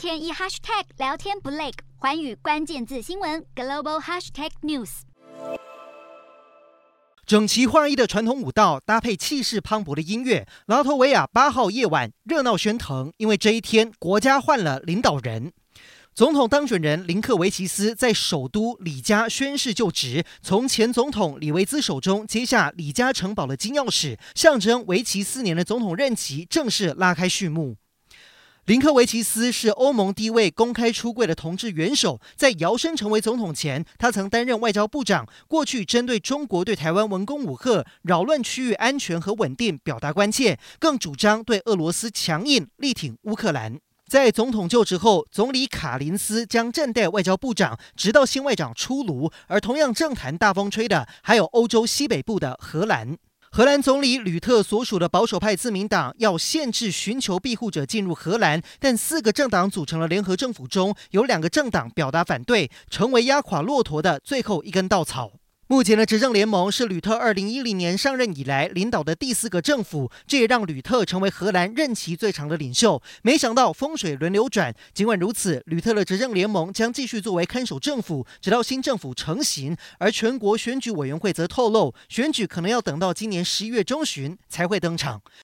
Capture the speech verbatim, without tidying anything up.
天一 hashtag 聊天不累，寰宇关键字新闻 global hashtag news。 整齐划一的传统舞蹈搭配气势磅礴的音乐，拉脱维亚八号夜晚热闹喧腾，因为这一天国家换了领导人。总统当选人林克维奇斯在首都里加宣誓就职，从前总统李维兹手中接下里加城堡的金钥匙，象征为期四年的总统任期正式拉开序幕。林克维奇斯是欧盟第一位公开出柜的同志元首，在摇身成为总统前，他曾担任外交部长，过去针对中国对台湾文攻武吓、扰乱区域安全和稳定表达关切，更主张对俄罗斯强硬，力挺乌克兰。在总统就职后，总理卡林斯将暂代外交部长，直到新外长出炉。而同样政坛大风吹的，还有欧洲西北部的荷兰。荷兰总理吕特所属的保守派自民党要限制寻求庇护者进入荷兰，但四个政党组成了联合政府中，有两个政党表达反对，成为压垮骆驼的最后一根稻草。目前的执政联盟是吕特二零一零年上任以来领导的第四个政府，这也让吕特成为荷兰任期最长的领袖。没想到风水轮流转，尽管如此，吕特的执政联盟将继续作为看守政府，直到新政府成型。而全国选举委员会则透露，选举可能要等到今年十一月中旬才会登场。